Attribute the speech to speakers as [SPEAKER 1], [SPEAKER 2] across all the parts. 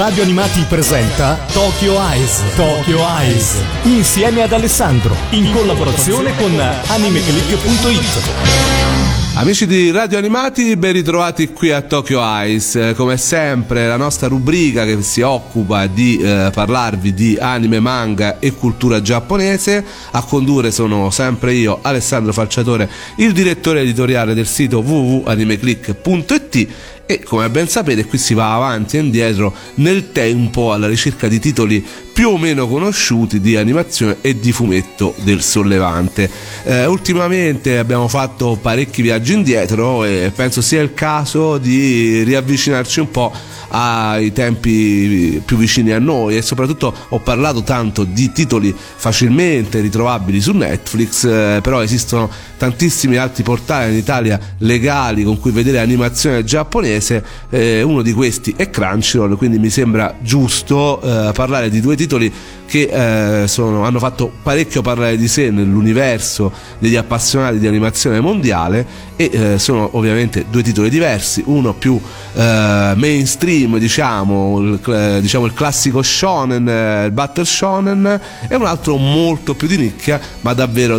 [SPEAKER 1] Radio Animati presenta Tokyo Eyes. Tokyo Eyes. Insieme ad Alessandro. In collaborazione con animeclick.it.
[SPEAKER 2] Amici di Radio Animati, ben ritrovati qui a Tokyo Eyes. Come sempre la nostra rubrica che si occupa di parlarvi di anime, manga e cultura giapponese. A condurre sono sempre io, Alessandro Falciatore, il direttore editoriale del sito www.animeclick.it. E come ben sapete qui si va avanti e indietro nel tempo alla ricerca di titoli più o meno conosciuti di animazione e di fumetto del sollevante. Ultimamente abbiamo fatto parecchi viaggi indietro e penso sia il caso di riavvicinarci un po' ai tempi più vicini a noi, e soprattutto ho parlato tanto di titoli facilmente ritrovabili su Netflix, però esistono tantissimi altri portali in Italia legali con cui vedere animazione giapponese. Uno di questi è Crunchyroll, quindi mi sembra giusto parlare di due titoli che hanno fatto parecchio parlare di sé nell'universo degli appassionati di animazione mondiale, e sono ovviamente due titoli diversi, uno più mainstream, diciamo il classico shonen, il battle shonen, e un altro molto più di nicchia, ma davvero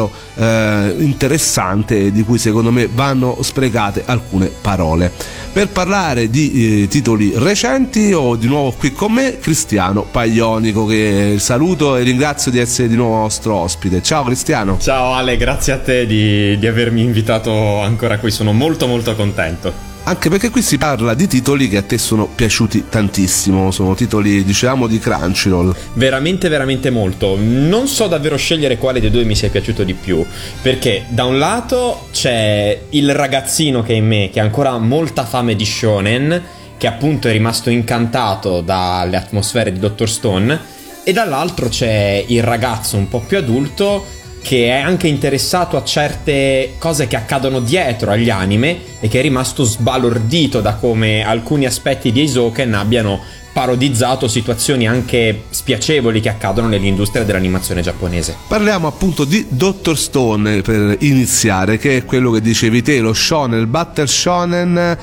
[SPEAKER 2] interessante, di cui secondo me vanno sprecate alcune parole. Per parlare di titoli recenti ho di nuovo qui con me Cristiano Paglionico, che saluto e ringrazio di essere di nuovo nostro ospite. Ciao Cristiano.
[SPEAKER 3] Ciao Ale, grazie a te di avermi invitato ancora qui, sono molto contento.
[SPEAKER 2] Anche perché qui si parla di titoli che a te sono piaciuti tantissimo, sono titoli diciamo di Crunchyroll.
[SPEAKER 3] Veramente molto. Non so davvero scegliere quale dei due mi sia piaciuto di più, perché da un lato c'è il ragazzino che è in me, che ha ancora molta fame di shonen, che appunto è rimasto incantato dalle atmosfere di Dr. Stone, e dall'altro c'è il ragazzo un po' più adulto che è anche interessato a certe cose che accadono dietro agli anime e che è rimasto sbalordito da come alcuni aspetti di Eizouken abbiano parodizzato situazioni anche spiacevoli che accadono nell'industria dell'animazione giapponese.
[SPEAKER 2] Parliamo appunto di Dr. Stone per iniziare, che è quello che dicevi te, lo shonen, il battle shonen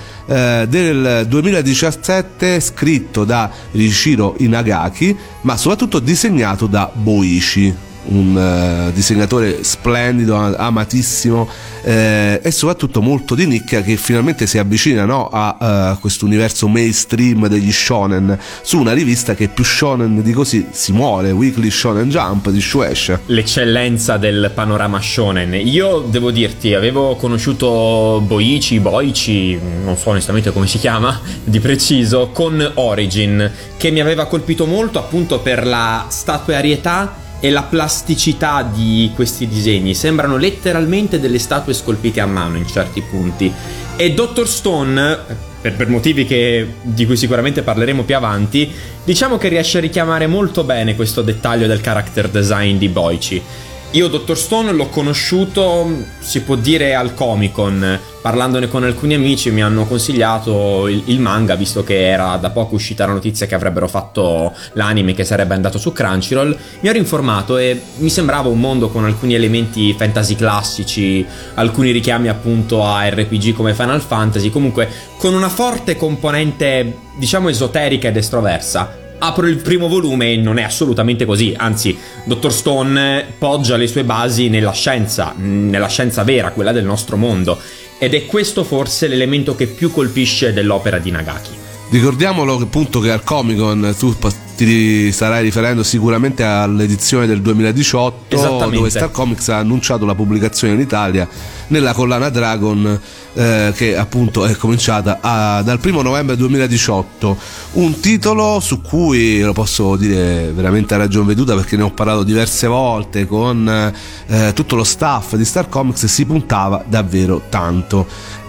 [SPEAKER 2] del 2017, scritto da Riichiro Inagaki, ma soprattutto disegnato da Boichi, un disegnatore splendido, amatissimo, e soprattutto molto di nicchia, che finalmente si avvicina, no, a questo universo mainstream degli shonen, su una rivista che più shonen di così si muore, Weekly Shonen Jump di Shueisha,
[SPEAKER 3] l'eccellenza del panorama shonen. Io devo dirti, avevo conosciuto Boichi, non so onestamente come si chiama di preciso, con Origin, che mi aveva colpito molto appunto per la statuarietà e la plasticità di questi disegni. Sembrano letteralmente delle statue scolpite a mano in certi punti. E Dr. Stone, per motivi di cui sicuramente parleremo più avanti, diciamo che riesce a richiamare molto bene questo dettaglio del character design di Boichi. Io Dr. Stone l'ho conosciuto, si può dire, al Comic-Con. Parlandone con alcuni amici mi hanno consigliato il manga, visto che era da poco uscita la notizia che avrebbero fatto l'anime che sarebbe andato su Crunchyroll. Mi ero informato e mi sembrava un mondo con alcuni elementi fantasy classici, alcuni richiami appunto a RPG come Final Fantasy, comunque con una forte componente diciamo esoterica ed estroversa. Apro il primo volume e non è assolutamente così, anzi Dr. Stone poggia le sue basi nella scienza vera, quella del nostro mondo, ed è questo forse l'elemento che più colpisce dell'opera di Nagaki.
[SPEAKER 2] Ricordiamolo appunto che al Comic-Con tu ti starai riferendo sicuramente all'edizione del 2018, dove Star Comics ha annunciato la pubblicazione in Italia nella collana Dragon, che appunto è cominciata dal 1 novembre 2018, un titolo su cui, lo posso dire veramente a ragion veduta perché ne ho parlato diverse volte con tutto lo staff di Star Comics, si puntava davvero tanto,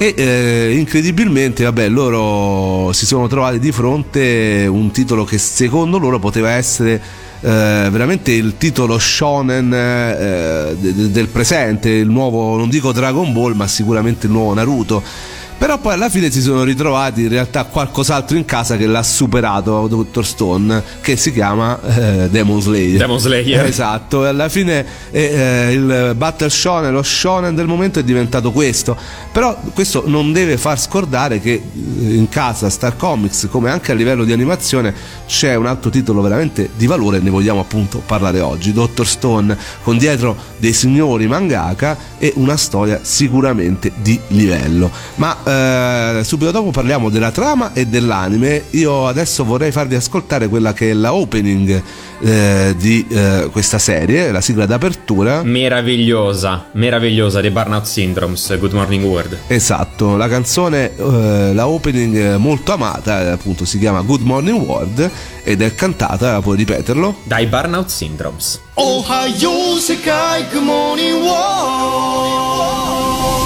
[SPEAKER 2] e incredibilmente loro si sono trovati di fronte un titolo che secondo loro poteva essere veramente il titolo shonen del presente, il nuovo, non dico Dragon Ball, ma sicuramente il nuovo Naruto. Però poi alla fine si sono ritrovati in realtà qualcos'altro in casa che l'ha superato Dr. Stone, che si chiama Demon Slayer.
[SPEAKER 3] Demon Slayer.
[SPEAKER 2] Esatto, e alla fine il Battle Shonen, lo shonen del momento è diventato questo. Però questo non deve far scordare che in casa Star Comics, come anche a livello di animazione, c'è un altro titolo veramente di valore, ne vogliamo appunto parlare oggi, Dr. Stone, con dietro dei signori mangaka e una storia sicuramente di livello. Ma subito dopo parliamo della trama e dell'anime. Io adesso vorrei farvi ascoltare quella che è la opening di questa serie, la sigla d'apertura
[SPEAKER 3] meravigliosa dei Burnout Syndromes, Good Morning World.
[SPEAKER 2] Esatto, la canzone, la opening molto amata, appunto si chiama Good Morning World ed è cantata, puoi ripeterlo?
[SPEAKER 3] Dai Burnout Syndromes.
[SPEAKER 4] Ohayo Sekai Good Morning World.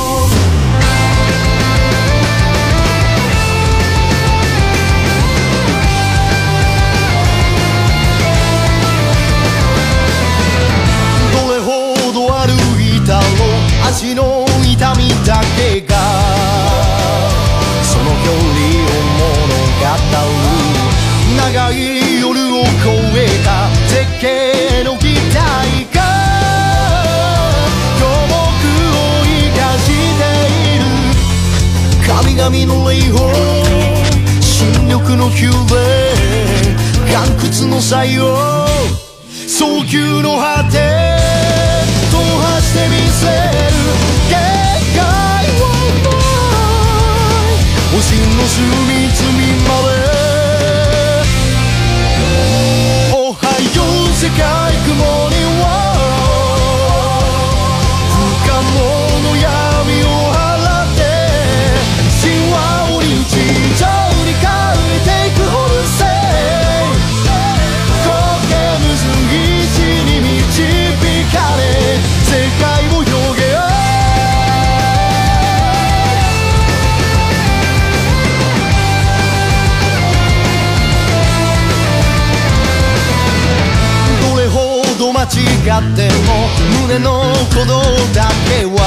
[SPEAKER 4] 足の痛みだけがその距離を物語る長い夜を越えた絶景の期待が両国を生かしている神々の霊峰新緑の宮殿岩窟の才を早急の果て踏破してみせる限界はない星の隅々までおはよう世界雲には不可能の闇を払って神話を日常に変えていくホルセイ苔むずぎ地に導かれ世界を広げようどれほど間違っても胸の鼓動だけは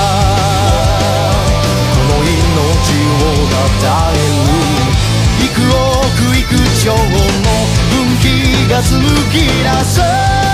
[SPEAKER 4] この命をたたえる幾億幾兆の分岐が紡ぎ出す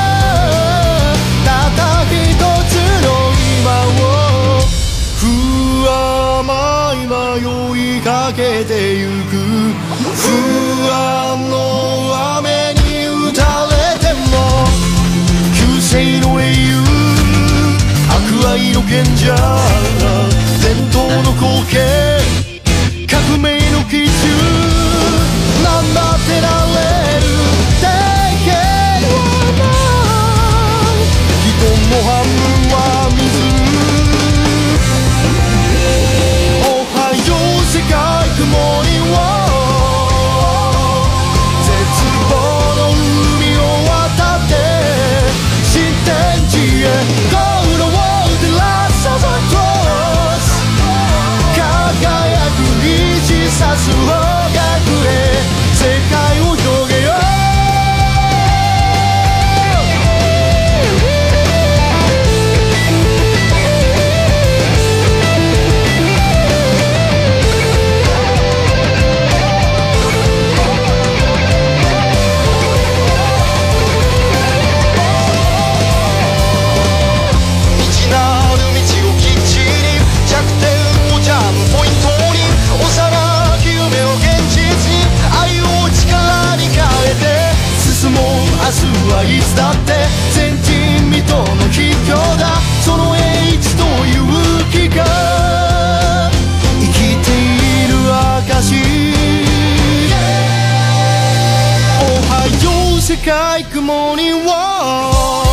[SPEAKER 4] ただ一つの今を不甘い迷いかけてゆく不安の雨に打たれても救世の英雄博愛の賢者伝統の光景革命の基準なんだってなれる定型はない人の半分は水おはよう世界雲には絶望の海を渡って新天地へ Go the world the last of our cross 輝く虹さす方角へ世界を広げよう明日はいつだって前人未到の秘境だその英知と勇気が生きている証おはよう世界雲には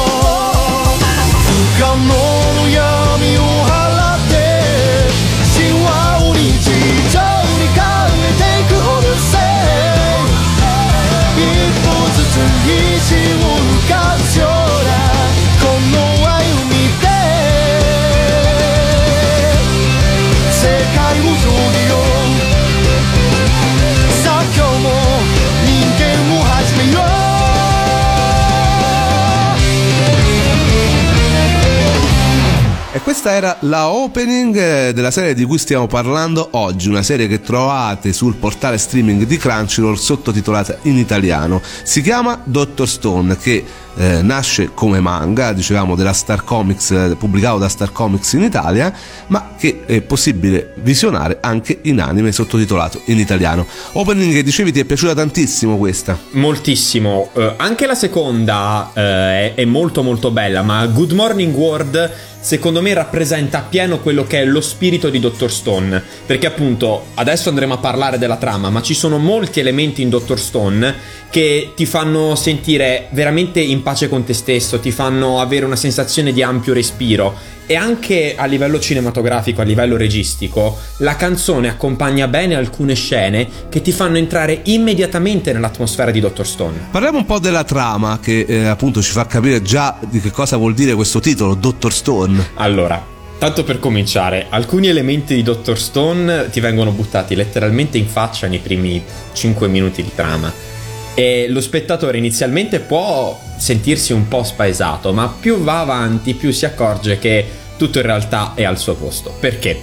[SPEAKER 4] 不可能の闇を払って神話を日常に変えていくホルセイ一歩ずつ石を浮かすようなこの歩みで世界を広げようさあ今日も人間を始めよう
[SPEAKER 2] E questa era la opening della serie di cui stiamo parlando oggi, una serie che trovate sul portale streaming di Crunchyroll sottotitolata in italiano. Si chiama Dr. Stone, che nasce come manga, dicevamo, della Star Comics, pubblicato da Star Comics in Italia, ma che è possibile visionare anche in anime sottotitolato in italiano. Opening che dicevi ti è piaciuta tantissimo questa?
[SPEAKER 3] Moltissimo, anche la seconda è molto molto bella, ma Good Morning World secondo me rappresenta appieno quello che è lo spirito di Dr. Stone, perché appunto adesso andremo a parlare della trama, ma ci sono molti elementi in Dr. Stone che ti fanno sentire veramente in pace con te stesso, ti fanno avere una sensazione di ampio respiro. E anche a livello cinematografico, a livello registico, la canzone accompagna bene alcune scene che ti fanno entrare immediatamente nell'atmosfera di Dr. Stone.
[SPEAKER 2] Parliamo un po' della trama, che appunto ci fa capire già di che cosa vuol dire questo titolo, Dr. Stone.
[SPEAKER 3] Allora, tanto per cominciare, alcuni elementi di Dr. Stone ti vengono buttati letteralmente in faccia nei primi 5 minuti di trama. E lo spettatore inizialmente può sentirsi un po' spaesato, ma più va avanti più si accorge che tutto in realtà è al suo posto. Perché?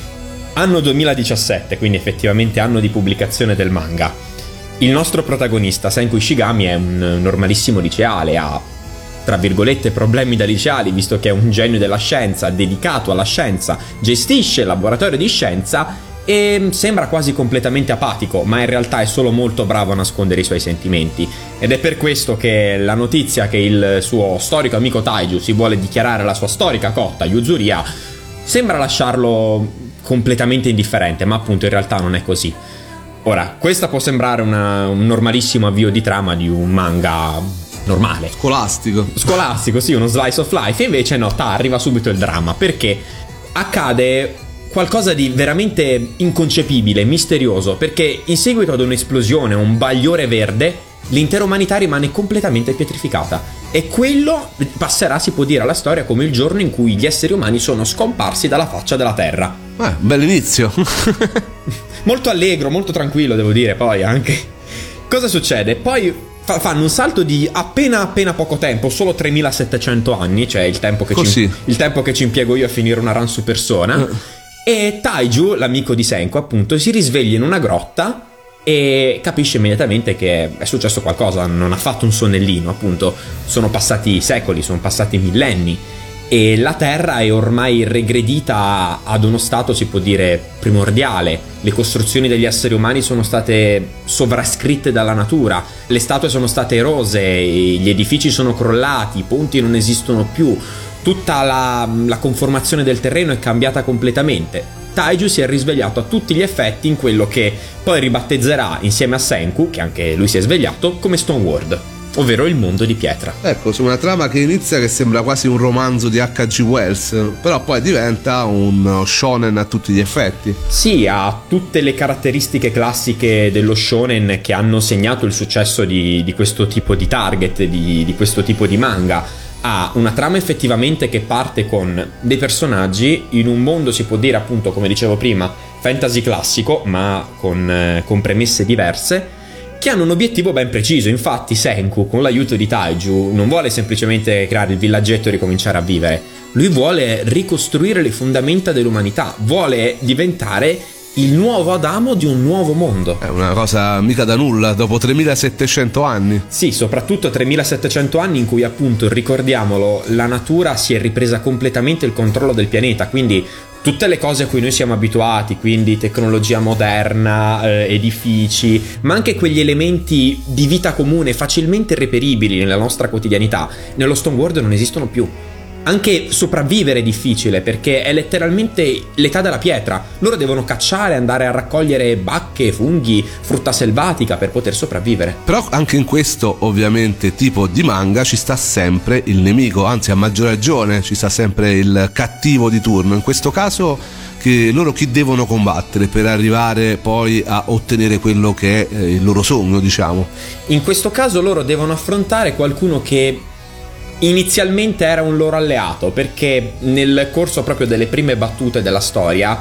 [SPEAKER 3] Anno 2017, quindi effettivamente anno di pubblicazione del manga. Il nostro protagonista, Senku Ishigami, è un normalissimo liceale, ha tra virgolette problemi da liceali, visto che è un genio della scienza, dedicato alla scienza, gestisce il laboratorio di scienza e sembra quasi completamente apatico, ma in realtà è solo molto bravo a nascondere i suoi sentimenti. Ed è per questo che la notizia che il suo storico amico Taiju si vuole dichiarare la sua storica cotta Yuzuria sembra lasciarlo completamente indifferente, ma appunto in realtà non è così. Ora, questa può sembrare un normalissimo avvio di trama di un manga normale, scolastico, sì, uno slice of life. E invece no, arriva subito il dramma, perché accade qualcosa di veramente inconcepibile, misterioso, perché in seguito ad un'esplosione, un bagliore verde, l'intera umanità rimane completamente pietrificata. E quello passerà, si può dire, alla storia come il giorno in cui gli esseri umani sono scomparsi dalla faccia della Terra.
[SPEAKER 2] Bell'inizio.
[SPEAKER 3] Molto allegro, molto tranquillo, devo dire, poi anche. Cosa succede? Poi fanno un salto di appena poco tempo, solo 3700 anni, cioè il tempo che ci impiego io a finire una run su Persona. E Taiju, l'amico di Senku, appunto, si risveglia in una grotta e capisce immediatamente che è successo qualcosa, non ha fatto un sonnellino, appunto, sono passati secoli, sono passati millenni e la Terra è ormai regredita ad uno stato, si può dire, primordiale. Le costruzioni degli esseri umani sono state sovrascritte dalla natura, le statue sono state erose, gli edifici sono crollati, i ponti non esistono più. Tutta la conformazione del terreno è cambiata completamente. Taiju si è risvegliato a tutti gli effetti in quello che poi ribattezzerà insieme a Senku, che anche lui si è svegliato, come Stone World, ovvero il mondo di pietra.
[SPEAKER 2] Ecco, su una trama che inizia che sembra quasi un romanzo di H.G. Wells, però poi diventa un shonen a tutti gli effetti.
[SPEAKER 3] Sì, ha tutte le caratteristiche classiche dello shonen che hanno segnato il successo di questo tipo di target, di questo tipo di manga. Ha una trama effettivamente che parte con dei personaggi in un mondo, si può dire, appunto, come dicevo prima, fantasy classico, ma con premesse diverse, che hanno un obiettivo ben preciso. Infatti Senku, con l'aiuto di Taiju, non vuole semplicemente creare il villaggetto e ricominciare a vivere. Lui vuole ricostruire le fondamenta dell'umanità, vuole diventare il nuovo Adamo di un nuovo mondo.
[SPEAKER 2] È una cosa mica da nulla, dopo 3700 anni.
[SPEAKER 3] Sì, soprattutto 3700 anni in cui, appunto, ricordiamolo, la natura si è ripresa completamente il controllo del pianeta, quindi tutte le cose a cui noi siamo abituati, quindi tecnologia moderna, edifici, ma anche quegli elementi di vita comune facilmente reperibili nella nostra quotidianità, nello Stone World non esistono più. Anche sopravvivere è difficile, perché è letteralmente l'età della pietra. Loro devono cacciare, andare a raccogliere bacche, funghi, frutta selvatica per poter sopravvivere.
[SPEAKER 2] Però anche in questo, ovviamente, tipo di manga ci sta sempre il nemico, anzi a maggior ragione ci sta sempre il cattivo di turno. In questo caso chi devono combattere per arrivare poi a ottenere quello che è il loro sogno, diciamo.
[SPEAKER 3] In questo caso loro devono affrontare qualcuno che inizialmente era un loro alleato, perché nel corso proprio delle prime battute della storia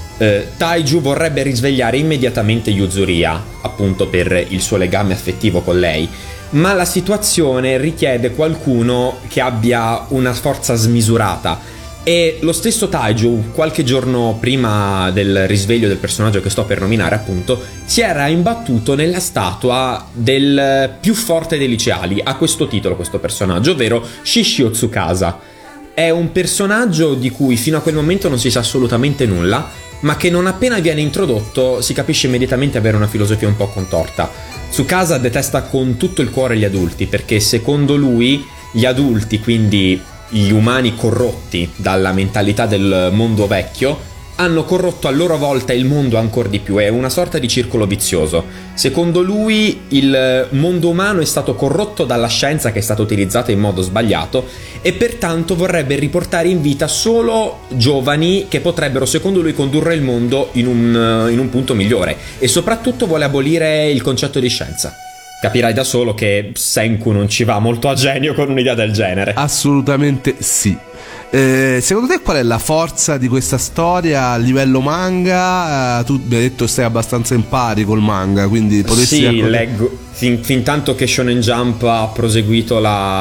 [SPEAKER 3] Taiju vorrebbe risvegliare immediatamente Yuzuria, appunto per il suo legame affettivo con lei, ma la situazione richiede qualcuno che abbia una forza smisurata. E lo stesso Taiju, qualche giorno prima del risveglio del personaggio che sto per nominare, appunto, si era imbattuto nella statua del più forte dei liceali. Ha questo titolo questo personaggio, ovvero Shishio Tsukasa. È un personaggio di cui fino a quel momento non si sa assolutamente nulla, ma che non appena viene introdotto si capisce immediatamente avere una filosofia un po' contorta. Tsukasa detesta con tutto il cuore gli adulti, perché secondo lui gli adulti, quindi gli umani corrotti dalla mentalità del mondo vecchio, hanno corrotto a loro volta il mondo ancora di più. È una sorta di circolo vizioso. Secondo lui il mondo umano è stato corrotto dalla scienza che è stata utilizzata in modo sbagliato e pertanto vorrebbe riportare in vita solo giovani che potrebbero, secondo lui, condurre il mondo in un punto migliore, e soprattutto vuole abolire il concetto di scienza. Capirai da solo che Senku non ci va molto a genio con un'idea del genere.
[SPEAKER 2] Assolutamente sì. Secondo te qual è la forza di questa storia a livello manga? Tu mi hai detto stai abbastanza in pari col manga, quindi potresti...
[SPEAKER 3] Sì, leggo fin tanto che Shonen Jump ha proseguito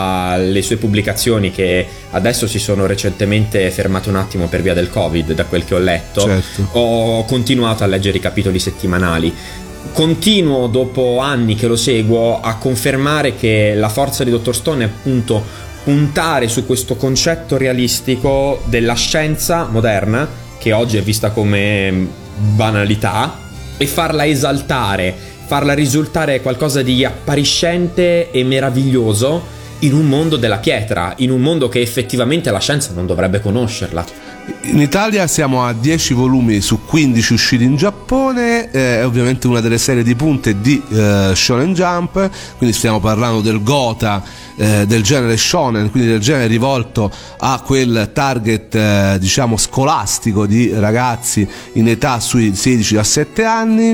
[SPEAKER 3] le sue pubblicazioni, che adesso si sono recentemente fermate un attimo per via del Covid, da quel che ho letto.
[SPEAKER 2] Certo.
[SPEAKER 3] Ho continuato a leggere i capitoli settimanali. Continuo, dopo anni che lo seguo, a confermare che la forza di Dr. Stone è appunto puntare su questo concetto realistico della scienza moderna, che oggi è vista come banalità, e farla esaltare, farla risultare qualcosa di appariscente e meraviglioso in un mondo della pietra, in un mondo che effettivamente la scienza non dovrebbe conoscerla.
[SPEAKER 2] In Italia siamo a 10 volumi su 15 usciti in Giappone, è ovviamente una delle serie di punte di Shonen Jump, quindi stiamo parlando del Gotha, del genere shonen, quindi del genere rivolto a quel target diciamo scolastico di ragazzi in età sui 16-17 anni,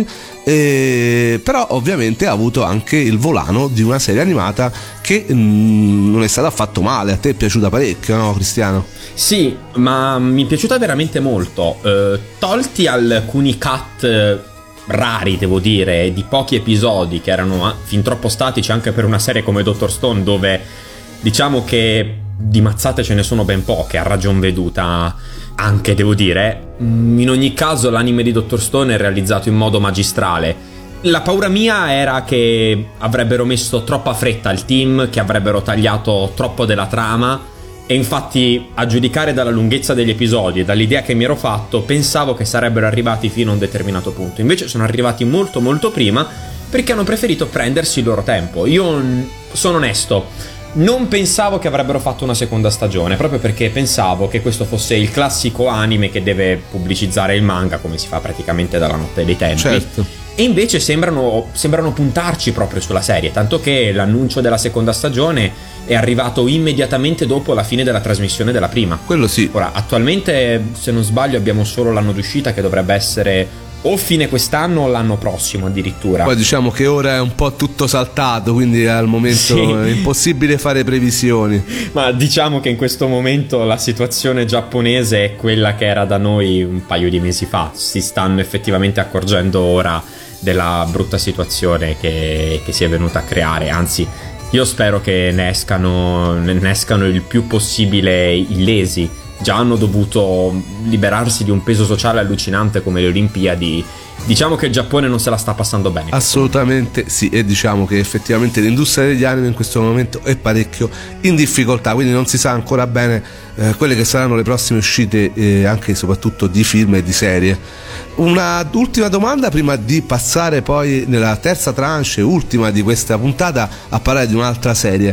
[SPEAKER 2] però ovviamente ha avuto anche il volano di una serie animata che non è stata affatto male. A te è piaciuta parecchio, no Cristiano?
[SPEAKER 3] Sì, ma mi è piaciuta veramente molto. Tolti alcuni cut rari, devo dire, di pochi episodi che erano fin troppo statici anche per una serie come Dr. Stone, dove diciamo che di mazzate ce ne sono ben poche, a ragion veduta anche, devo dire. In ogni caso l'anime di Dr. Stone è realizzato in modo magistrale. La paura mia era che avrebbero messo troppa fretta al team, che avrebbero tagliato troppo della trama, e infatti, a giudicare dalla lunghezza degli episodi e dall'idea che mi ero fatto, pensavo che sarebbero arrivati fino a un determinato punto. Invece sono arrivati molto molto prima, perché hanno preferito prendersi il loro tempo. Io sono onesto, non pensavo che avrebbero fatto una seconda stagione, proprio perché pensavo che questo fosse il classico anime che deve pubblicizzare il manga, come si fa praticamente dalla notte dei tempi.
[SPEAKER 2] Certo.
[SPEAKER 3] E invece sembrano puntarci proprio sulla serie, tanto che l'annuncio della seconda stagione è arrivato immediatamente dopo la fine della trasmissione della prima.
[SPEAKER 2] Quello sì.
[SPEAKER 3] Ora, attualmente, se non sbaglio, abbiamo solo l'anno d'uscita, che dovrebbe essere o fine quest'anno o l'anno prossimo addirittura.
[SPEAKER 2] Poi diciamo che ora è un po' tutto saltato, quindi al momento
[SPEAKER 3] sì,
[SPEAKER 2] è impossibile fare previsioni.
[SPEAKER 3] Ma diciamo che in questo momento la situazione giapponese è quella che era da noi un paio di mesi fa. Si stanno effettivamente accorgendo ora della brutta situazione che si è venuta a creare. Anzi, io spero che ne escano il più possibile illesi. Già hanno dovuto liberarsi di un peso sociale allucinante come le Olimpiadi. Diciamo che il Giappone non se la sta passando bene.
[SPEAKER 2] Assolutamente sì, e diciamo che effettivamente l'industria degli anime in questo momento è parecchio in difficoltà, quindi non si sa ancora bene quelle che saranno le prossime uscite, anche e soprattutto di film e di serie. Una ultima domanda prima di passare poi nella terza tranche, ultima di questa puntata, a parlare di un'altra serie.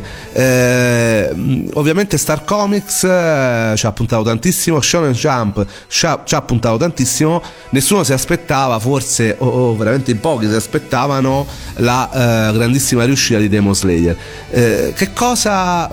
[SPEAKER 2] Ovviamente Star Comics ci ha puntato tantissimo, Shonen Jump ci ha puntato tantissimo, nessuno si aspettava, forse o veramente in pochi si aspettavano la grandissima riuscita di Demon Slayer. Che cosa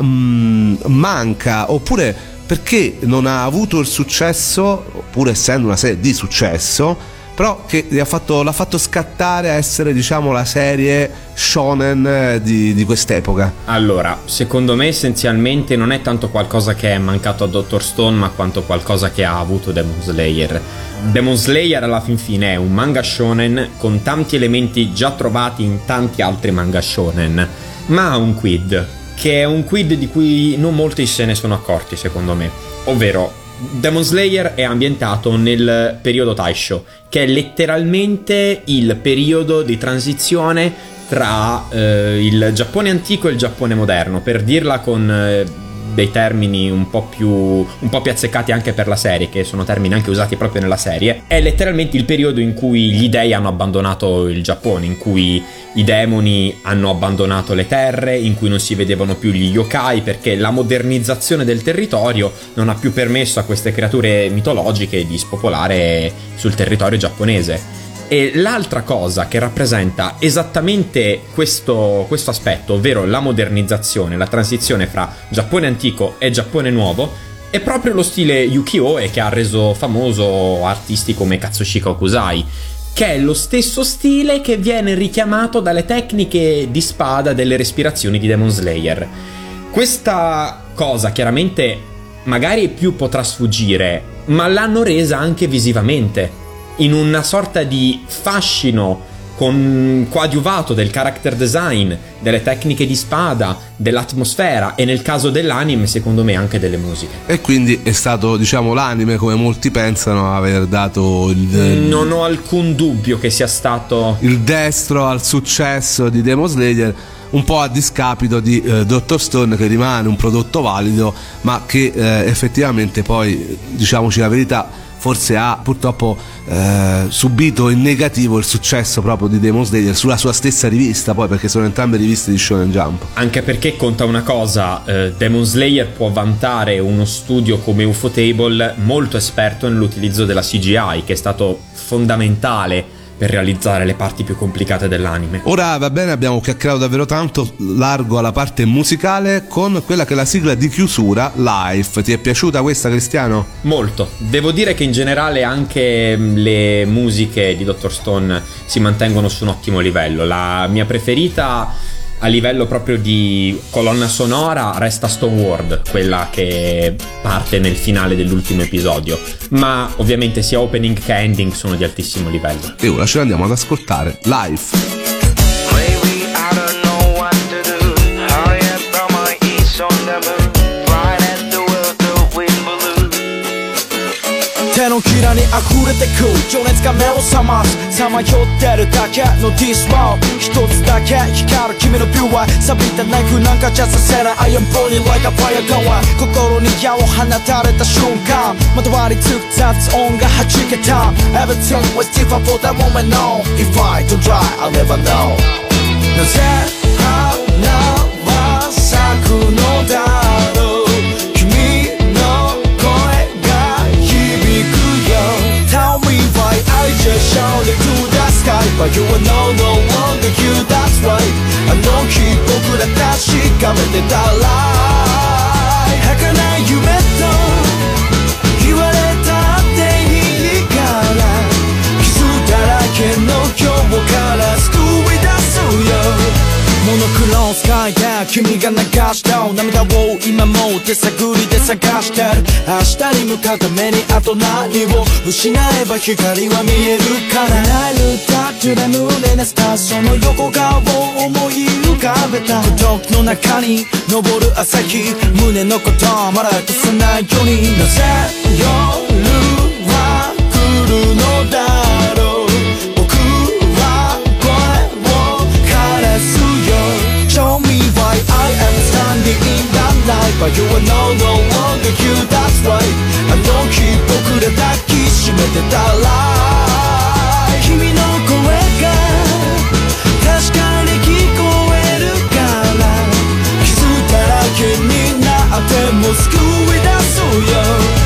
[SPEAKER 2] manca, oppure perché non ha avuto il successo, pur essendo una serie di successo, però che l'ha fatto scattare a essere, diciamo, la serie shonen di quest'epoca?
[SPEAKER 3] Allora, secondo me essenzialmente non è tanto qualcosa che è mancato a Dr. Stone, ma quanto qualcosa che ha avuto Demon Slayer. Demon Slayer alla fin fine è un manga shonen con tanti elementi già trovati in tanti altri manga shonen, ma ha un quid, che è un quid di cui non molti se ne sono accorti, secondo me. Ovvero, Demon Slayer è ambientato nel periodo Taisho, che è letteralmente il periodo di transizione tra il Giappone antico e il Giappone moderno, per dirla con dei termini un po' più azzeccati anche per la serie, che sono termini anche usati proprio nella serie. È letteralmente il periodo in cui gli dei hanno abbandonato il Giappone, in cui i demoni hanno abbandonato le terre, in cui non si vedevano più gli yokai, perché la modernizzazione del territorio non ha più permesso a queste creature mitologiche di spopolare sul territorio giapponese. E l'altra cosa che rappresenta esattamente questo aspetto, ovvero la modernizzazione, la transizione fra Giappone antico e Giappone nuovo, è proprio lo stile Ukiyo-e che ha reso famoso artisti come Katsushika Okusai, che è lo stesso stile che viene richiamato dalle tecniche di spada delle respirazioni di Demon Slayer. Questa cosa chiaramente magari più potrà sfuggire, ma l'hanno resa anche visivamente, in una sorta di fascino coadiuvato del character design, delle tecniche di spada, dell'atmosfera e nel caso dell'anime secondo me anche delle musiche.
[SPEAKER 2] E quindi è stato, diciamo, l'anime, come molti pensano, aver dato
[SPEAKER 3] non ho alcun dubbio che sia stato
[SPEAKER 2] il destro al successo di Demon Slayer, un po' a discapito di Dr. Stone, che rimane un prodotto valido ma che effettivamente poi, diciamoci la verità, forse ha purtroppo subito in negativo il successo proprio di Demon Slayer sulla sua stessa rivista, poi, perché sono entrambe riviste di Shonen Jump.
[SPEAKER 3] Anche perché conta una cosa, Demon Slayer può vantare uno studio come Ufotable molto esperto nell'utilizzo della CGI, che è stato fondamentale per realizzare le parti più complicate dell'anime.
[SPEAKER 2] Ora va bene, abbiamo chiacchierato davvero tanto, largo alla parte musicale con quella che è la sigla di chiusura, Life. Ti è piaciuta questa, Cristiano?
[SPEAKER 3] Molto. Devo dire che in generale anche le musiche di Dr. Stone si mantengono su un ottimo livello. La mia preferita a livello proprio di colonna sonora resta Stone World, quella che parte nel finale dell'ultimo episodio, ma ovviamente sia opening che ending sono di altissimo livello.
[SPEAKER 2] E ora ce l'andiamo ad ascoltare, Life.
[SPEAKER 4] 手のひらに溢れてく情熱が目を覚ますさまよってるだけの This world 一つだけ光る君のビューは錆びたナイフなんかじゃさせない I am burning like a fire gun 心に矢を放たれた瞬間まとわりつく雑音が弾けた Everything was different for that moment no If I don't try I'll never know なぜ花は咲くのだろうJust shouting to the sky But you are no longer you, that's right あの日僕ら確かめてた Lie 儚い夢と言われたっていいから傷だらけの今日から救い出すよモノクローンスカイで君が流した涙を今も手探りで探してる明日に向かうためにあと何を失えば光は見えるからナイルタッチで胸にスターその横顔を思い浮かべた孤独の中に昇る朝日胸のことまだ消さないようになぜ夜は来るのだろう僕は声を枯らすShow me why I am standing in that light But you are no longer you, that's right あの日僕ら抱きしめてた Lie 君の声が確かに聞こえるから傷だらけになっても救い出すよ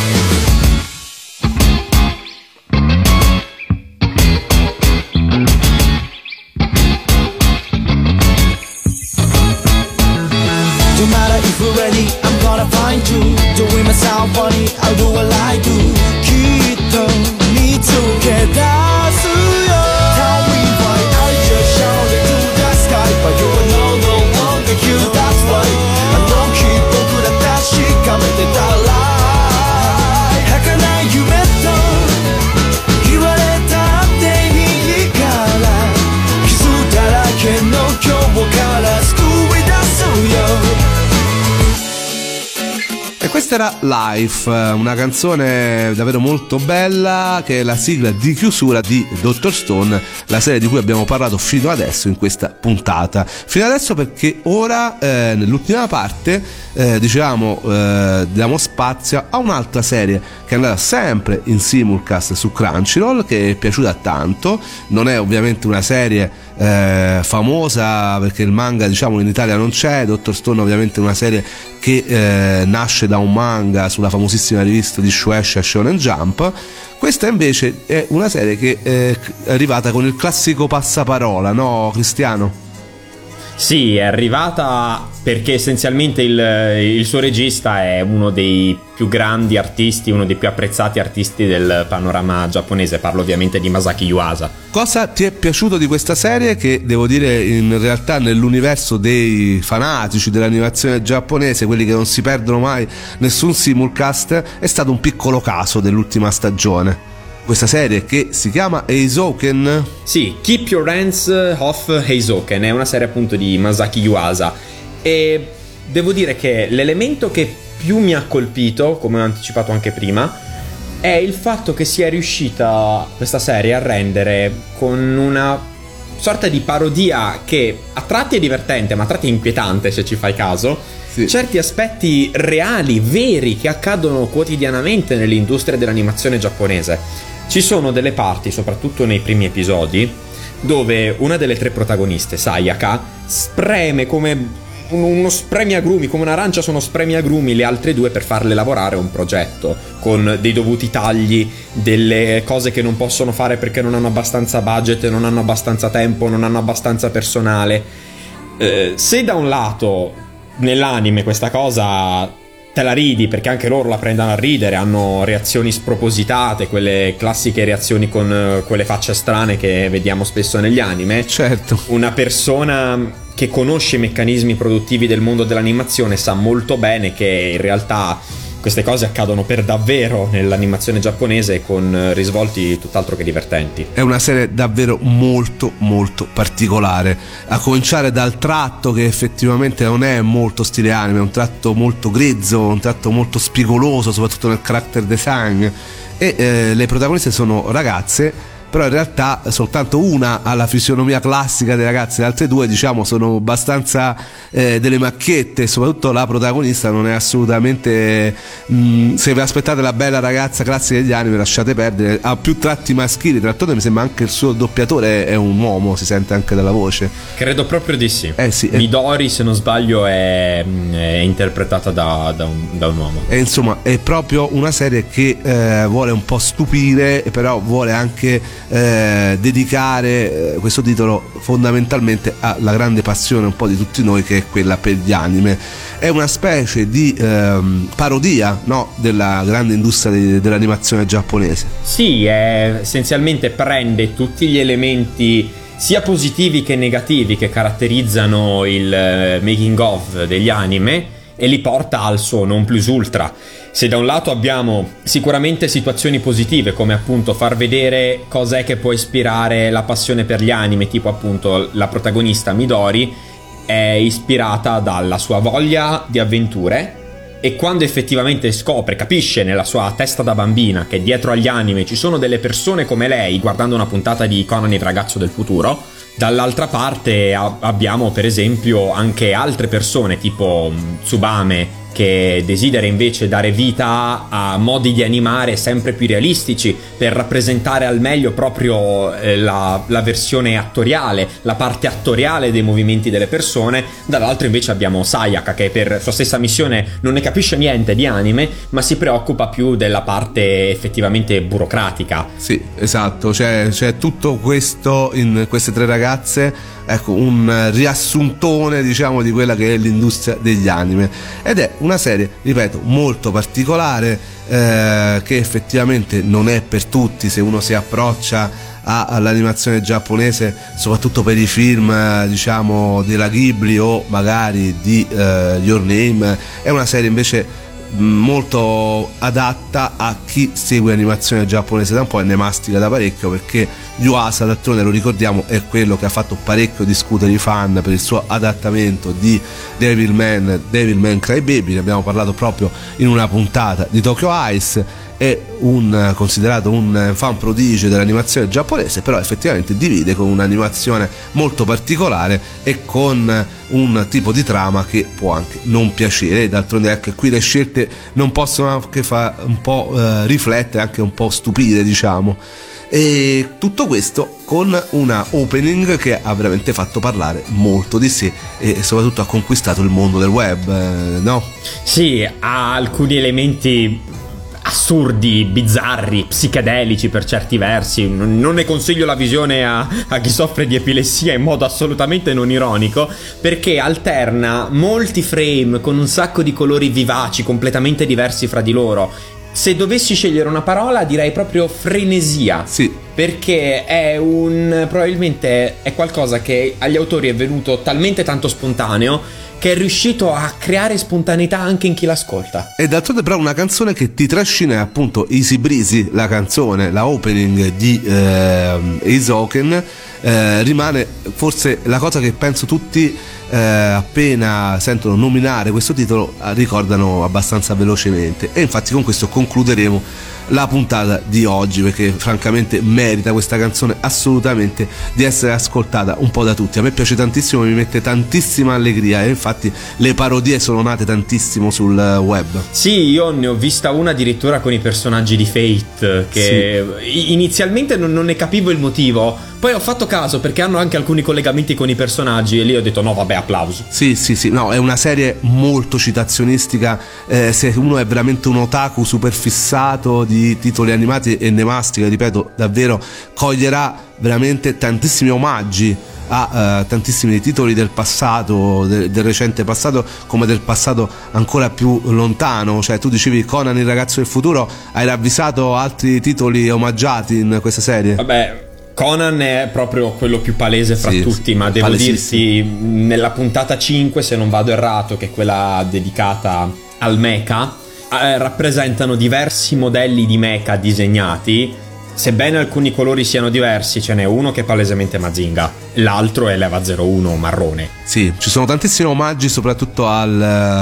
[SPEAKER 4] Ready, I'm gonna find you Doing myself funny, I'll do what I do きっと見つけ出すよ Tell me why I just shouted to the sky But you are no longer you, that's right あの日僕ら確かめてた Lie 儚い夢と言われたっていいから傷だらけの今日から救い出すよ
[SPEAKER 2] questa era Life, una canzone davvero molto bella che è la sigla di chiusura di Dr. Stone, la serie di cui abbiamo parlato fino adesso in questa puntata. Fino adesso perché ora nell'ultima parte diamo spazio a un'altra serie che è andata sempre in simulcast su Crunchyroll, che è piaciuta tanto. Non è ovviamente una serie famosa perché il manga diciamo in Italia non c'è. Dr. Stone ovviamente è una serie che nasce da un manga sulla famosissima rivista di Shueisha Shonen Jump. Questa invece è una serie che è arrivata con il classico passaparola, no Cristiano?
[SPEAKER 3] Sì, è arrivata perché essenzialmente il suo regista è uno dei più grandi artisti, uno dei più apprezzati artisti del panorama giapponese. Parlo ovviamente di Masaki Yuasa.
[SPEAKER 2] Cosa ti è piaciuto di questa serie che, devo dire, in realtà nell'universo dei fanatici dell'animazione giapponese, quelli che non si perdono mai nessun simulcast, è stato un piccolo caso dell'ultima stagione? Questa serie che si chiama Eizouken?
[SPEAKER 3] Sì, Keep Your Hands Off Eizouken, è una serie appunto di Masaki Yuasa e devo dire che l'elemento che più mi ha colpito, come ho anticipato anche prima, è il fatto che sia riuscita questa serie a rendere con una sorta di parodia che a tratti è divertente ma a tratti è inquietante se ci fai caso, sì, certi aspetti reali, veri, che accadono quotidianamente nell'industria dell'animazione giapponese. Ci sono delle parti, soprattutto nei primi episodi, dove una delle tre protagoniste, Sayaka, spreme come uno spremiagrumi, come un'arancia sono spremiagrumi le altre due per farle lavorare un progetto, con dei dovuti tagli, delle cose che non possono fare perché non hanno abbastanza budget, non hanno abbastanza tempo, non hanno abbastanza personale. Se da un lato nell'anime questa cosa te la ridi perché anche loro la prendono a ridere, hanno reazioni spropositate, quelle classiche reazioni con quelle facce strane che vediamo spesso negli anime.
[SPEAKER 2] Certo.
[SPEAKER 3] Una persona che conosce i meccanismi produttivi del mondo dell'animazione sa molto bene che in realtà queste cose accadono per davvero nell'animazione giapponese con risvolti tutt'altro che divertenti.
[SPEAKER 2] È una serie davvero molto molto particolare, a cominciare dal tratto che effettivamente non è molto stile anime, è un tratto molto grezzo, un tratto molto spigoloso, soprattutto nel character design, e le protagoniste sono ragazze, però in realtà soltanto una ha la fisionomia classica dei ragazzi, le altre due diciamo sono abbastanza delle macchiette, soprattutto la protagonista non è assolutamente se vi aspettate la bella ragazza classica degli anime lasciate perdere, ha più tratti maschili, tra l'altro mi sembra anche il suo doppiatore è un uomo, si sente anche dalla voce.
[SPEAKER 3] Credo proprio di sì,
[SPEAKER 2] sì,
[SPEAKER 3] Midori se non sbaglio è interpretata da un uomo,
[SPEAKER 2] e insomma è proprio una serie che vuole un po' stupire, però vuole anche dedicare questo titolo fondamentalmente alla grande passione un po' di tutti noi, che è quella per gli anime. È una specie di parodia, no, della grande industria dell'animazione giapponese.
[SPEAKER 3] Sì, essenzialmente prende tutti gli elementi sia positivi che negativi che caratterizzano il making of degli anime e li porta al suo non plus ultra. Se da un lato abbiamo sicuramente situazioni positive, come appunto far vedere cos'è che può ispirare la passione per gli anime, tipo appunto la protagonista Midori è ispirata dalla sua voglia di avventure, e quando effettivamente capisce nella sua testa da bambina che dietro agli anime ci sono delle persone come lei, guardando una puntata di Conan il ragazzo del futuro, dall'altra parte abbiamo per esempio anche altre persone tipo Tsubame, che desidera invece dare vita a modi di animare sempre più realistici per rappresentare al meglio proprio la versione attoriale, la parte attoriale dei movimenti delle persone. Dall'altro invece abbiamo Sayaka, che per sua stessa missione non ne capisce niente di anime, ma si preoccupa più della parte effettivamente burocratica.
[SPEAKER 2] Sì, esatto, c'è tutto questo in queste tre ragazze, ecco, un riassuntone diciamo di quella che è l'industria degli anime, ed è una serie, ripeto, molto particolare, che effettivamente non è per tutti. Se uno si approccia all'animazione giapponese, soprattutto per i film diciamo della Ghibli o magari di Your Name, è una serie invece molto adatta a chi segue animazione giapponese da un po' e ne mastica da parecchio, perché Yuasa, d'altronde lo ricordiamo, è quello che ha fatto parecchio discutere i fan per il suo adattamento di Devilman Crybaby. Ne abbiamo parlato proprio in una puntata di Tokyo Ice. È considerato un fan prodigio dell'animazione giapponese, però effettivamente divide con un'animazione molto particolare e con un tipo di trama che può anche non piacere, e d'altronde anche qui le scelte non possono anche far un po' riflettere, anche un po' stupire, diciamo. E tutto questo con una opening che ha veramente fatto parlare molto di sé e soprattutto ha conquistato il mondo del web, no?
[SPEAKER 3] Sì, ha alcuni elementi assurdi, bizzarri, psichedelici per certi versi. Non ne consiglio la visione a chi soffre di epilessia in modo assolutamente non ironico, perché alterna molti frame con un sacco di colori vivaci completamente diversi fra di loro. Se dovessi scegliere una parola direi proprio frenesia.
[SPEAKER 2] Sì.
[SPEAKER 3] Perché probabilmente è qualcosa che agli autori è venuto talmente tanto spontaneo che è riuscito a creare spontaneità anche in chi l'ascolta.
[SPEAKER 2] E d'altronde però una canzone che ti trascina è appunto Easy Breezy, la canzone, la opening di Eizouken. Rimane forse la cosa che penso tutti appena sentono nominare questo titolo ricordano abbastanza velocemente, e infatti con questo concluderemo la puntata di oggi, perché francamente merita questa canzone assolutamente di essere ascoltata un po' da tutti. A me piace tantissimo, mi mette tantissima allegria, e infatti le parodie sono nate tantissimo sul web.
[SPEAKER 3] Sì, io ne ho vista una addirittura con i personaggi di Fate che sì. Inizialmente non ne capivo il motivo, poi ho fatto caso perché hanno anche alcuni collegamenti con i personaggi e lì ho detto no vabbè, applauso.
[SPEAKER 2] Sì, no, è una serie molto citazionistica, se uno è veramente un otaku super fissato di titoli animati e ne mastica, ripeto, davvero coglierà veramente tantissimi omaggi a tantissimi titoli del passato, del recente passato, come del passato ancora più lontano. Cioè tu dicevi Conan il ragazzo del futuro, hai ravvisato altri titoli omaggiati in questa serie?
[SPEAKER 3] Vabbè, Conan è proprio quello più palese fra tutti, ma devo dirti, nella puntata 5, se non vado errato, che è quella dedicata al mecha, rappresentano diversi modelli di mecha disegnati. Sebbene alcuni colori siano diversi, ce n'è uno che è palesemente Mazinga, l'altro è Leva 01 marrone.
[SPEAKER 2] Sì, ci sono tantissimi omaggi soprattutto agli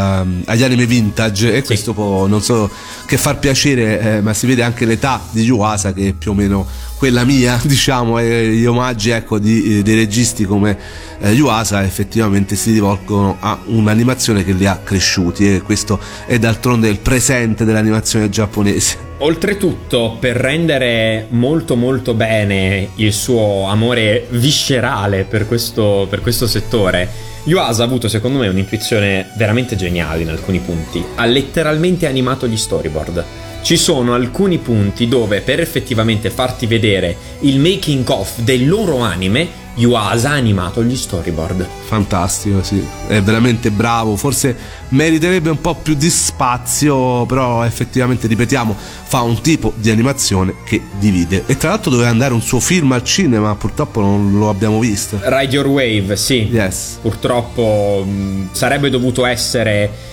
[SPEAKER 2] anime vintage, e questo può non so che far piacere, ma si vede anche l'età di Yuasa, che è più o meno quella mia, diciamo, e gli omaggi, ecco, dei registi come Yuasa effettivamente si rivolgono a un'animazione che li ha cresciuti, e questo è d'altronde il presente dell'animazione giapponese.
[SPEAKER 3] Oltretutto, per rendere molto molto bene il suo amore viscerale per questo settore, Yuasa ha avuto secondo me un'intuizione veramente geniale in alcuni punti. Ha letteralmente animato gli storyboard. Ci sono alcuni punti dove, per effettivamente farti vedere il making of del loro anime, Yuasa ha animato gli storyboard.
[SPEAKER 2] Fantastico, sì, è veramente bravo. Forse meriterebbe un po' più di spazio, però effettivamente, ripetiamo, fa un tipo di animazione che divide. E tra l'altro doveva andare un suo film al cinema, purtroppo non lo abbiamo visto.
[SPEAKER 3] Ride Your Wave, sì.
[SPEAKER 2] Yes.
[SPEAKER 3] Purtroppo sarebbe dovuto essere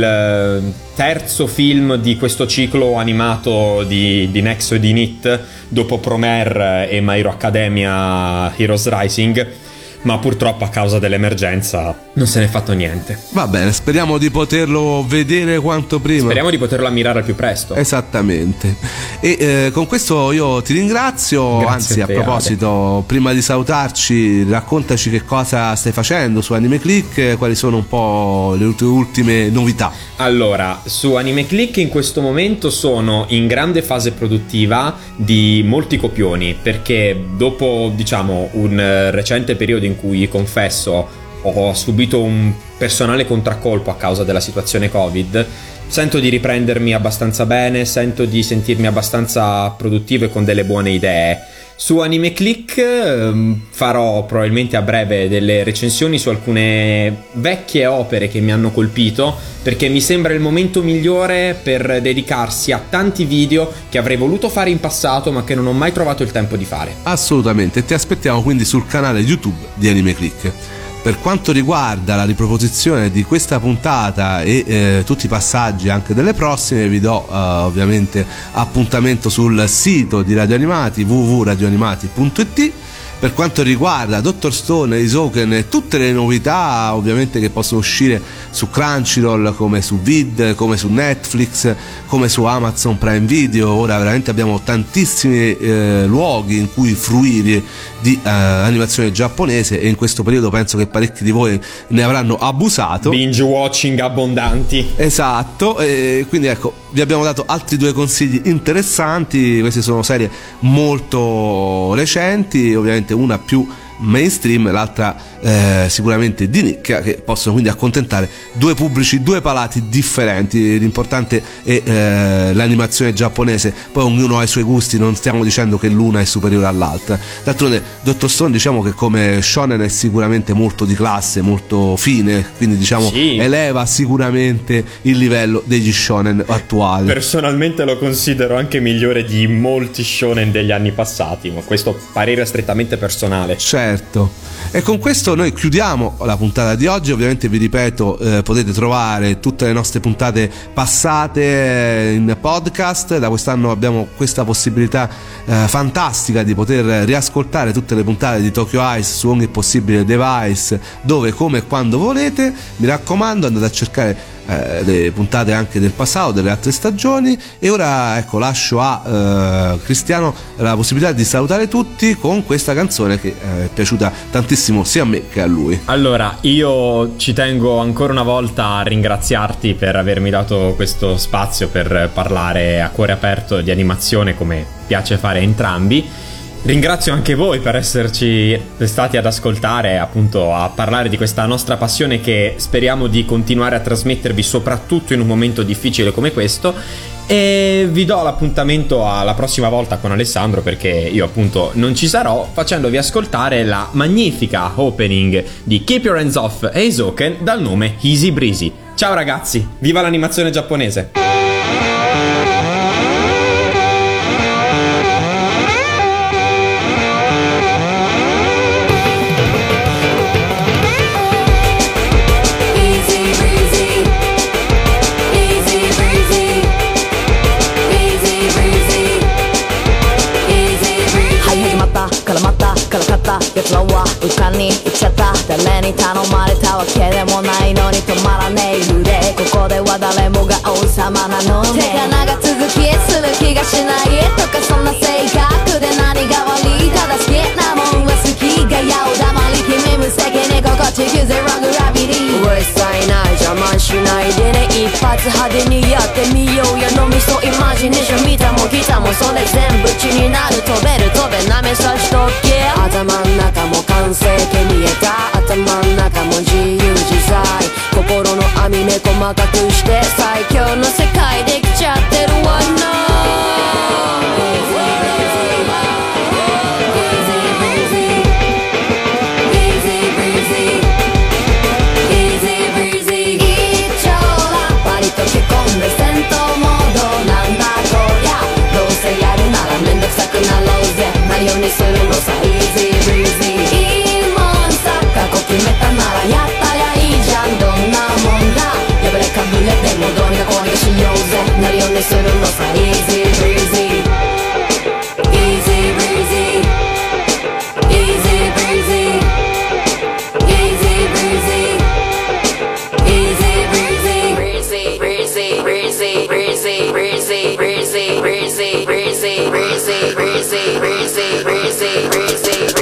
[SPEAKER 3] il terzo film di questo ciclo animato di Nexo e di NIT, dopo Promare e My Hero Academia Heroes Rising, ma purtroppo a causa dell'emergenza non se n'è fatto niente.
[SPEAKER 2] Va bene, speriamo di poterlo vedere quanto prima.
[SPEAKER 3] Speriamo di poterlo ammirare al più presto.
[SPEAKER 2] Esattamente. E con questo io ti ringrazio.
[SPEAKER 3] Grazie.
[SPEAKER 2] Anzi, a proposito, prima di salutarci, raccontaci che cosa stai facendo su Anime Click, quali sono un po' le tue ultime novità.
[SPEAKER 3] Allora, su Anime Click in questo momento sono in grande fase produttiva di molti copioni, perché dopo, diciamo, un recente periodo in cui, confesso, ho subito un personale contraccolpo a causa della situazione Covid, sento di riprendermi abbastanza bene, sento di sentirmi abbastanza produttivo e con delle buone idee. Su Anime Click farò probabilmente a breve delle recensioni su alcune vecchie opere che mi hanno colpito, perché mi sembra il momento migliore per dedicarsi a tanti video che avrei voluto fare in passato ma che non ho mai trovato il tempo di fare.
[SPEAKER 2] Assolutamente, ti aspettiamo quindi sul canale YouTube di Anime Click. per quanto riguarda la riproposizione di questa puntata e tutti i passaggi anche delle prossime, vi do ovviamente appuntamento sul sito di Radio Animati, www.radioanimati.it. Per quanto riguarda Dr. Stone, Hisoken e tutte le novità ovviamente che possono uscire su Crunchyroll, come su Vid, come su Netflix, come su Amazon Prime Video, ora veramente abbiamo tantissimi luoghi in cui fruire di animazione giapponese, e in questo periodo penso che parecchi di voi ne avranno abusato.
[SPEAKER 3] Binge watching abbondanti.
[SPEAKER 2] Esatto, e quindi ecco, vi abbiamo dato altri 2 consigli interessanti. Queste sono serie molto recenti, ovviamente una più mainstream, l'altra sicuramente di nicchia, che possono quindi accontentare 2 pubblici, 2 palati differenti. L'importante è l'animazione giapponese, poi ognuno ha i suoi gusti, non stiamo dicendo che l'una è superiore all'altra. D'altronde Dr. Stone, diciamo che come shonen è sicuramente molto di classe, molto fine, quindi diciamo
[SPEAKER 3] sì,
[SPEAKER 2] eleva sicuramente il livello degli shonen attuali.
[SPEAKER 3] Personalmente lo considero anche migliore di molti shonen degli anni passati, ma questo parere è strettamente personale.
[SPEAKER 2] Certo. E con questo noi chiudiamo la puntata di oggi. Ovviamente vi ripeto, potete trovare tutte le nostre puntate passate in podcast. Da quest'anno abbiamo questa possibilità fantastica di poter riascoltare tutte le puntate di Tokyo Ice su ogni possibile device, dove, come e quando volete. Mi raccomando, andate a cercare le puntate anche del passato, delle altre stagioni. E ora ecco, lascio a Cristiano la possibilità di salutare tutti con questa canzone che è piaciuta tantissimo sia a me che a lui.
[SPEAKER 3] Allora, io ci tengo ancora una volta a ringraziarti per avermi dato questo spazio per parlare a cuore aperto di animazione, come piace fare a entrambi. Ringrazio anche voi per esserci stati ad ascoltare, appunto a parlare di questa nostra passione che speriamo di continuare a trasmettervi, soprattutto in un momento difficile come questo. E vi do l'appuntamento alla prossima volta con Alessandro, perché io appunto non ci sarò, facendovi ascoltare la magnifica opening di Keep Your Hands Off e Hisoken dal nome Easy Breezy. Ciao ragazzi, viva l'animazione giapponese!
[SPEAKER 5] やつらは浮かに行っちゃった。誰に頼まれたわけでもないのに止まらねえ腕、ここでは誰もが王様なのね。手が長続きする気がしないとか、そんな性格で何が悪い。ただ好きなもんは好きがやおだまり、君無責任心地ゼログラビリー。うるさいな邪魔しないでね、一発派手にやってみようや。脳みそイマジネーション見たも来たもそれ全部血になる。飛べる飛べなめさしとけ。頭ん中も完成形見えた。頭ん中も自由自在。心の網目細かくして最強の世界できちゃってるわな。溶け込んで戦闘モードなんだこりゃ。どうせやるならめんどくさくなろうぜ。何をにするのさ Easy breezy。 いいもんさ過去決めたならやったりゃいいじゃん。どんなもんだ破れかぶれてもどうにかこうにかしようぜ。何をにするのさ Easy breezy。 Easy breezy。 Easy breezy。 Easy breezy。 Easy breezy。 breezy breezy breezy breezy breezy breezy breezy breezy breezy breezy breezy breezy breezy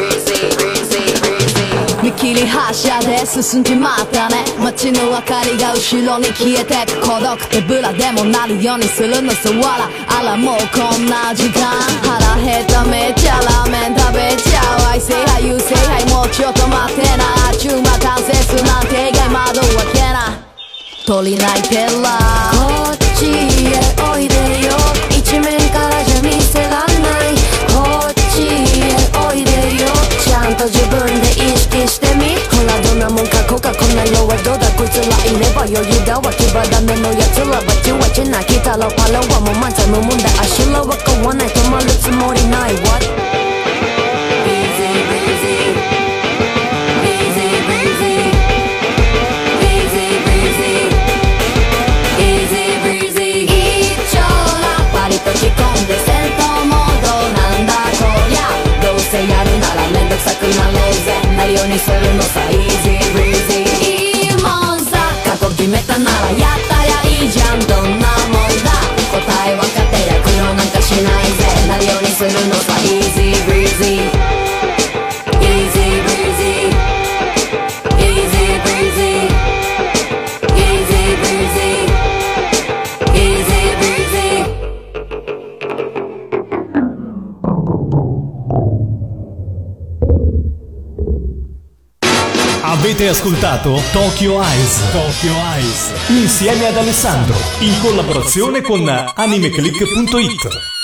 [SPEAKER 5] breezy。 見切り発車で進んじまったね。街の明かりが後ろに消えてく。孤独手ぶらでもなるようにするのさわら。あらもうこんな時間。腹減っためっちゃラーメン食べちゃう。愛せはい優勢はいもうちょっと待ってな。あちゅうま完成すなんて以外窓開けな。鳥鳴いてらこっちへおいでよ。一面からじゃ見せらんない。こっちへおいでよ。ちゃんと自分で意識してみ。ほらどんなもんかこかこんな色はどうだ。こいつらいれば余裕だわ。牙ダメのやつらバチバチな。来たらパラはもう満載のもんだ。足らは買わない止まるつもりない。What? Easy breezy。 Easy breezy。
[SPEAKER 1] Avete ascoltato Tokyo Eyes. Tokyo Eyes insieme ad Alessandro in collaborazione con animeclick.it.